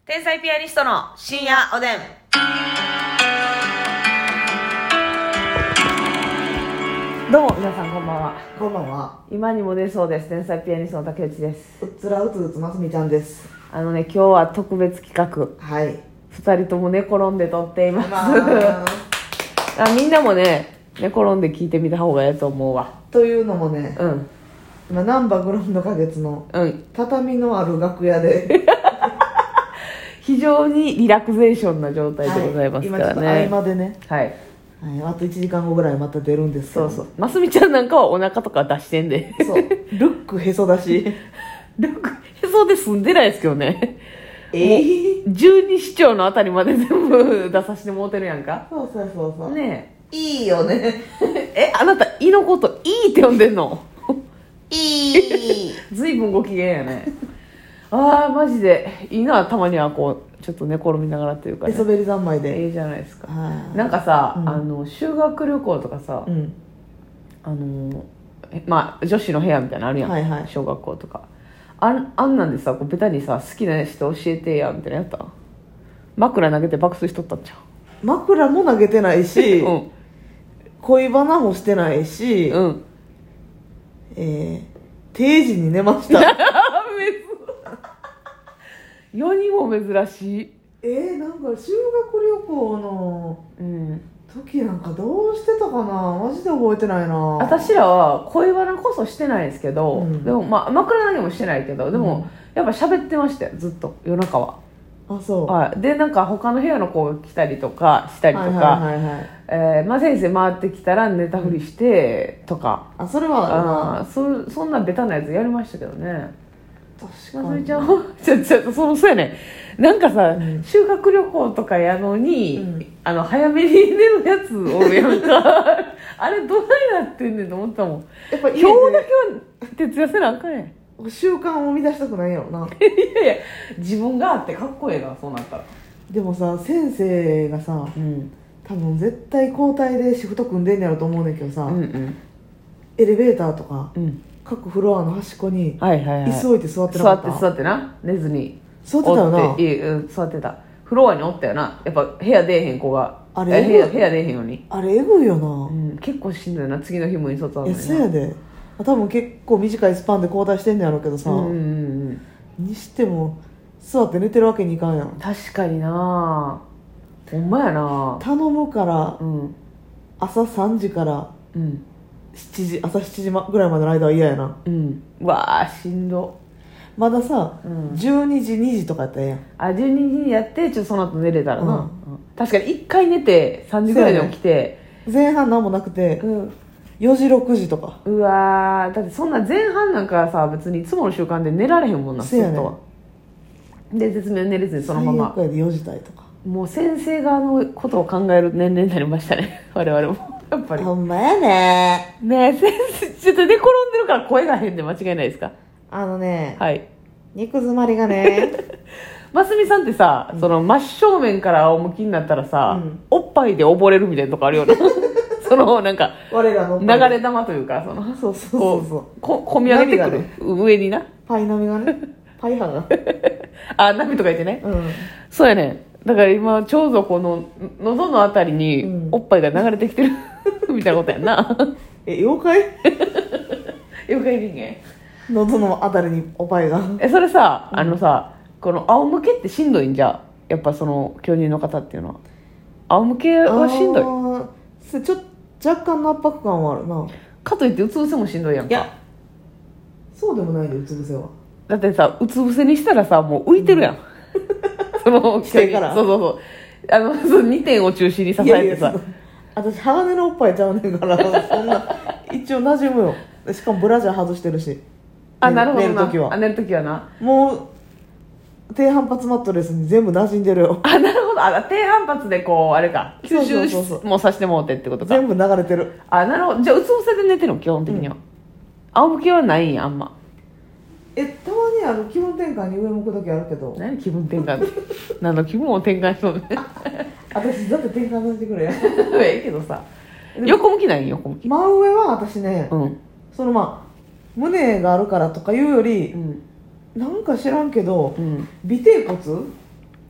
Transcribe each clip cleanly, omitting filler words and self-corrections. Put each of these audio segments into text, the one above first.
天才ピアニストの深夜おでん。どうも皆さんこんばんは。 こんばんは。 今にも出そうです。天才ピアニストの竹内です。 うつらうつうつますみちゃんです。 今日は特別企画、 はい。 2人とも寝転んで撮っています、みんなもね寝転んで聞いてみた方がいいと思うわ。 というのもね、 うん今難波グランド花月の畳のある楽屋で、 非常にリラクゼーションな状態でございますからね、 今ちょっと合間でね、 はい、 あと1時間後ぐらいまた出るんですけど、 そうますみちゃんなんかはお腹とか出してんでそうルックへそだしルックへそで済んでないですけどね。 12 指腸のあたりまで全部出させてもうてるやんか。 そうねいいよねあなた胃のこといいって呼んでんの？ いいずいぶんご機嫌やねああマジでいいな。たまにはこうちょっと寝転びながらというか、ね、 寝そべり三昧でいいじゃないですか。 ななんかさ、 うん、 修学旅行とかさ、 うん、 まあ女子の部屋みたいなのあるやん、 はいはい、 小学校とかあんなんでさ、こうベタにさ好きな人教えてやみたいなやった？枕投げて爆睡しとったんちゃ枕も投げてないし、 う？うん恋バナもしてないし、 うん定時に寝ました世にも珍しい。 なんか修学旅行の時なんかどうしてたかな、マジで覚えてないな。 私らは恋バナこそしてないですけど、でもまあ枕投げもしてないけど、でも、やっぱ喋ってましたよずっと夜中は。 あ、そう、 はい、でなんか他の部屋の子が来たりとかしたりとか、まあ先生回ってきたら寝たふりしてとか、 それはそんなベタなやつやりましたけどね。 確かに。 まつみちゃんはそうやね。なんかさ、修学旅行とかやのに、早めに寝るやつおるやんかあれどないなってんねんと思ったもん。 やっぱ今日だけは徹夜せなあかんやん習慣を生み出したくないやろないや自分があってかっこええな、そうなったら。 でもさ、先生がさ、多分絶対交代でシフト組んでんやろと思うねんけどさ、エレベーターとか、各フロアの端っこに椅子置いて座ってなかった？ 座ってな、寝ずに座ってたよな。 座ってた。フロアにおったよな。やっぱ部屋出えへん子が、部屋出えへんように。 あれエグいよな、 結構しんどいな。次の日もに卒あるのにな。 そうやで。多分結構短いスパンで交代してんねやろうけどさ、にしても座って寝てるわけにいかんやん。 確かにな。ほんまやな。 頼むから、朝3時から朝7時ぐらいまでの間は嫌やな。 わあしんど。 まださ、12時2時とかやったらええやん。 12時にやってちょっとその後寝れたらな、確かに1回寝て3時ぐらいに起きて、 前半何もなくて、4時6時とか。 うわー、だってそんな前半なんかさ別にいつもの習慣で寝られへんもんな。 そうやね。 ずっとはで絶妙に寝れずにそのまま最悪やで4時台とか。 もう先生側のことを考える年齢になりましたね我々もやっぱり。 ほんまやね。 ねえ先生ちょっと寝転んでるから声が変で間違いないですか？はい。 肉詰まりがねますみさんってさ、その真正面から仰向きになったらさ、おっぱいで溺れるみたいなとこあるよなそのなんか我らの流れ玉というか、そのそうこみ上げてくる、上になパイ波がねパイハが波とか言ってね、そうやね。だから今ちょうどこの喉のあたりにおっぱいが流れてきてるみたいなことやんな妖怪妖怪人間。 喉のあたりにおっぱいがそれさ、この仰向けってしんどいんじゃ、やっぱその巨乳の方っていうのは仰向けはしんどい？ 若干の圧迫感はあるな。 かといってうつ伏せもしんどいやんか。 いやそうでもないで、うつ伏せは。 だってさうつ伏せにしたらさもう浮いてるやん、そのしてからそうその2点を中心に支えてさ。 私鋼のおっぱいちゃうねんからそんな一応馴染むよ。しかもブラジャー外してるし。 なるほどな。 寝るときは寝るときはな、 もう低反発マットレスに全部馴染んでるよ。 なるほど。低反発でこうあれか吸収もさせてもうてってことか。 全部流れてる。 なるほど。じゃあうつ伏せで寝てるの基本的には、仰向けはないんやあんま。 たまに気分転換に上向く時あるけど。 何気分転換って何の気分を転換しそうね私だって転換させてくれええけどさ、横向きないん？横向き真上は私ね、その胸があるからとかいうより、なんか知らんけど、尾てい骨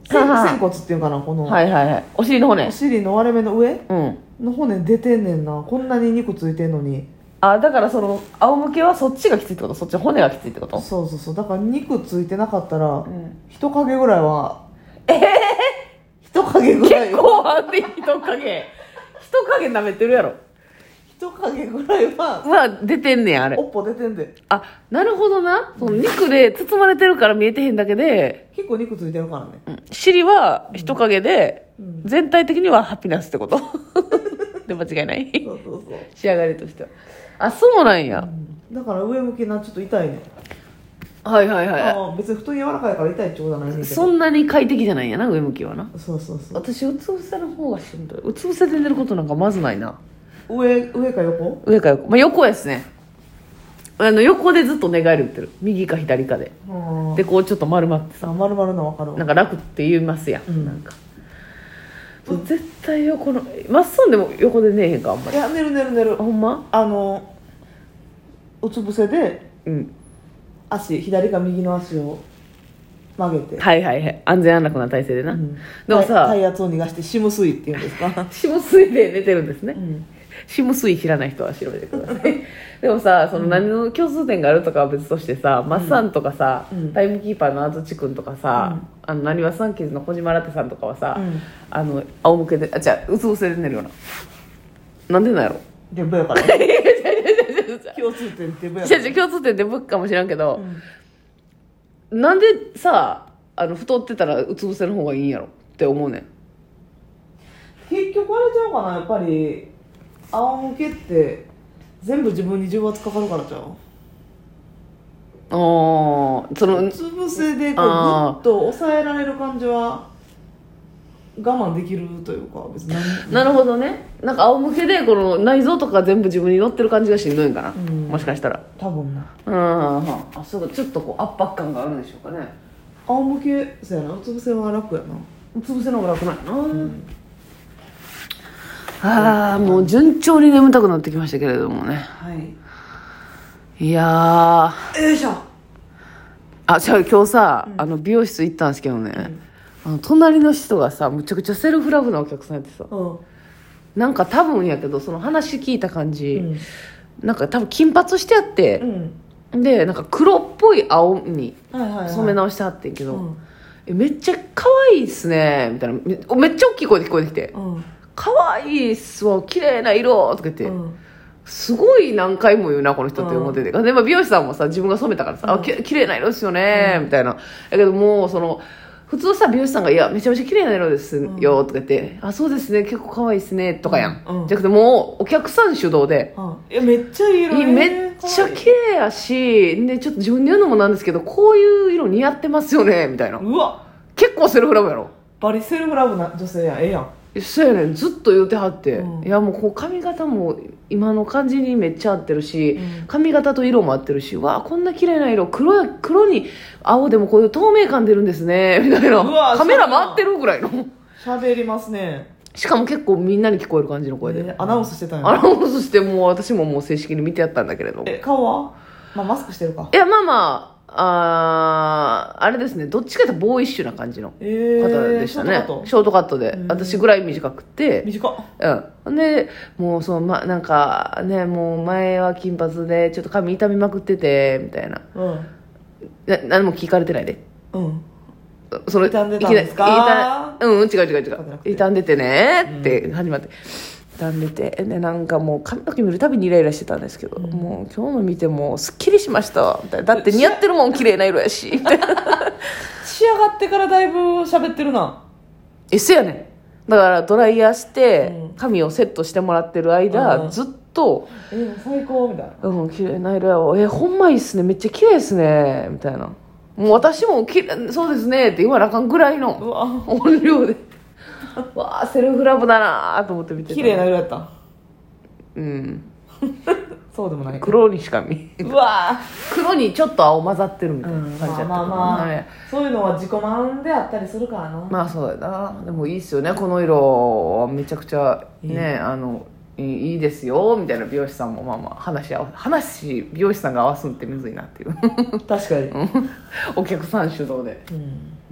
仙骨っていうかな、この、 はいはいはい、お尻の骨、 お尻の割れ目の上の骨出てんねんな。こんなに肉ついてんのに。 あ、だからその仰向けはそっちがきついってこと？そっち骨がきついってこと？ そうそうそう。だから肉ついてなかったら、人影ぐらいは、人影ぐらいは結構あんねん、人影舐めてるやろ。 人影ぐらいは出てんねん、あれ。 おっぽ出てんで。 あ、なるほどな。その肉で包まれてるから見えてへんだけで、 結構肉ついてるからね。 尻は人影で、全体的にはハピナスってことで間違いない？ そうそうそう。 仕上がりとしては。あ、そうなんや。 だから上向きな、ちょっと痛いね。 はいはいは別に布団柔らかいから痛いってことはないねんい。 けど。 そんなに快適じゃないんやな、上向きはな。 そうそうそう。 私、うつ伏せの方がしんどい。うつ伏せで寝ることなんかまずないな。 上か横？ 上か横。まあ、横ですね。横でずっと寝返り打ってる。右か左かで。で、こうちょっと丸まってさ。 丸々の分かるわ。 なんか楽って言いますやん。なんか。絶対横の、まっすんでも横で寝えへんか、あんまり。 いや、寝る。 ほんま？ うつ伏せで、左か右の足を曲げて。 はいはいはい。安全安楽な体勢でな。でもさ、 体圧を逃がしてシムスイっていうんですか？ シムスイで寝てるんですね。シムスイ知らない人は調べてください。でもさ、その何の共通点があるとかは別としてさ、マッサンとかさ、タイムキーパーのあずちくんとかさ、なにわサンキーズの小島ラテさんとかはさ、仰向けで、うつ伏せで寝るような。なんでなんやろ？ デブやから。共通点デブやから。 共通点デブかもしれんけど、なんでさ、太ってたらうつ伏せの方がいいんやろって思うねん。 結局あれちゃうかな、やっぱり仰向けって全部自分に重圧かかるからちゃう？ そのうつ伏せでこうグッと抑えられる感じは我慢できるというか、別になるほどね。なんか仰向けでこの内臓とか全部自分に乗ってる感じがしんどいんかな、もしかしたら。 多分な。 あ、そうか。ちょっとこう圧迫感があるんでしょうかね。 仰向けそうやな。うつ伏せは楽やな。 うつ伏せの方が楽なんやな。もう順調に眠たくなってきましたけれどもね。 はい。 いやー、よいしょ。 じゃあ今日さ、美容室行ったんですけどね、隣の人がさ、むちゃくちゃセルフラブなお客さんやってさ、なんか多分やけど、その話聞いた感じ、なんか多分金髪してあって、でなんか黒っぽい青に染め直してあってんけど、めっちゃ可愛いっすねみたいな、めっちゃ大きい声で聞こえてきて、可愛いっすわ、綺麗な色とか言って、すごい何回も言うなこの人って思ってて、で美容師さんもさ自分が染めたからさ、綺麗な色ですよねみたいな。だけどもうその普通さ美容師さんが「いやめちゃめちゃ綺麗な色ですよ」とか言って「あ、そうですね、結構可愛いですね」とかやん、じゃなくてもうお客さん主導で 「いやめっちゃいい色ね、 めっちゃ綺麗やし、でちょっと自分で言うのもなんですけどこういう色似合ってますよね」みたいな。 うわ、 結構セルフラブやろ。 バリセルフラブな女性や。ええやん。 そうやねん、ずっと言うてはって、いやもうこう髪型も今の感じにめっちゃ合ってるし、髪型と色も合ってるし、わあこんな綺麗な色、黒に青でもこういう透明感出るんですねみたいな。カメラ回ってるぐらいの喋りますね。 しかも結構みんなに聞こえる感じの声で、 アナウンスしてたんや。 アナウンスして、もう私ももう正式に見てやったんだけれど。 顔はマスクしてるか。 いやあれですね、どっちかというとボーイッシュな感じの方でしたね。ショートカットで、私ぐらい短くて。 短っ。 でもうその、なんかね、もう前は金髪でちょっと髪痛みまくっててみたいな、何も聞かれてないで。それ傷んでたんですか？ 違う傷んでてねって始まって、傷んでて、でなんかもう髪の毛見るたびにイライラしてたんですけど、もう今日の見てもすっきりしましたみたいな。だって似合ってるもん、綺麗な色やしみたいな。 仕上がってからだいぶ喋ってるな。 そうやねん。だからドライヤーして髪をセットしてもらってる間、ずっと最高みたいな。 綺麗な色やわ、ほんまいいっすね、めっちゃ綺麗っすねみたいな。もう私もそうですねって言わなあかんぐらいの音量でわあセルフラブだなと思って見てた。 綺麗な色やった。そうでもない。 黒にしか見え。 うわ黒にちょっと青混ざってるみたいな感じだった。 そういうのは自己満であったりするからな。 まあそうやな。でもいいっすよね、この色はめちゃくちゃね、いいですよみたいな。美容師さんも美容師さんが合わすんってむずいなっていう。 確かに。 お客さん主導で、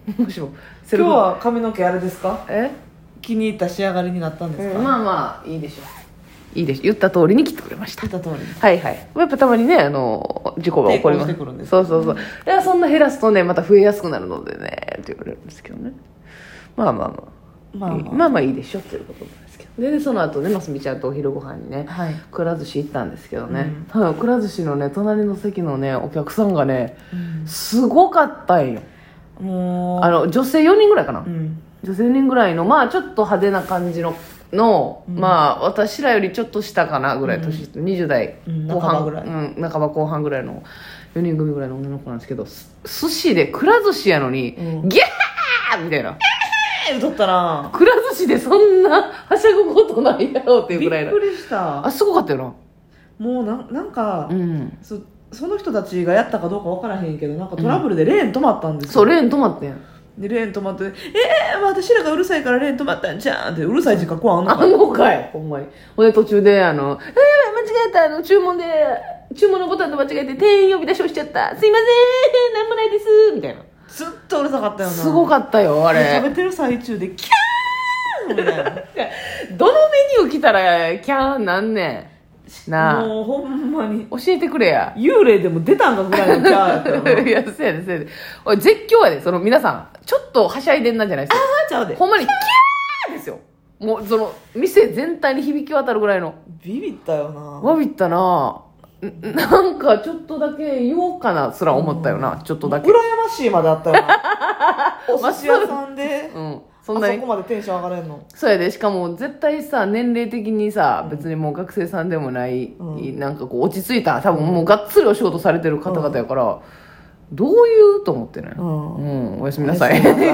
もしも今日は髪の毛あれですか？ え気に入った仕上がりになったんですか？ まあまあいいでしょう。いいでしょ。言った通りに切ってくれました。 言った通り。 はいはい。やっぱたまにね事故が起こります。そうそうそう。いやそんな減らすとねまた増えやすくなるのでねって言われるんですけどね。まあまあまあまあまあいいでしょということなんですけど。でその後ねますみちゃんとお昼ご飯にね、はい、くら寿司行ったんですけどね。くら寿司のね隣の席のねお客さんがね、すごかったんよ。もう女性4人ぐらいかな。女性4人ぐらいのまあちょっと派手な感じのまあ私らよりちょっと下かなぐらい年下、20代後半ぐらい、半ば後半ぐらいの4人組ぐらいの女の子なんですけど、寿司でくら寿司やのに、ギャーみたいな歌ったな。 くら寿司でそんなはしゃぐことないやろっていうぐらいの。 びっくりした。 すごかったよな。 もうなんか、その人たちがやったかどうか分からへんけどなんかトラブルでレーン止まったんですよ。 そうレーン止まってんでレーン止まって私らがうるさいからレーン止まったんじゃんってうるさい時間こうあんのかいあんのかいほんまに。ほんで途中で間違えた注文のボタンと間違えて店員呼び出しをしちゃったすいませんなんもないですみたいな。 ずっとうるさかったよな。 すごかったよあれ。 食べてる最中でキャーンみたいなどのメニュー来たらキャーンなんねんなあ。 もうほんまに教えてくれや。 幽霊でも出たんかぐらいのキャーやったよな。 いやせやでせやでおい絶叫やで皆さんちょっとはしゃいでんなんじゃないですか。 ちゃうでほんまにキャーですよ。もう店全体に響き渡るぐらいの。 ビビったよな。 わびったな。なんかちょっとだけ言おうかなすら思ったよな、ちょっとだけ。 羨ましいまであったよな。お寿司屋さんで、そこまでテンション上がれんの。 そうやで。しかも絶対さ年齢的にさ、別にもう学生さんでもない、なんかこう落ち着いた多分もうがっつりお仕事されてる方々やから、どういうと思ってね、おやすみなさい。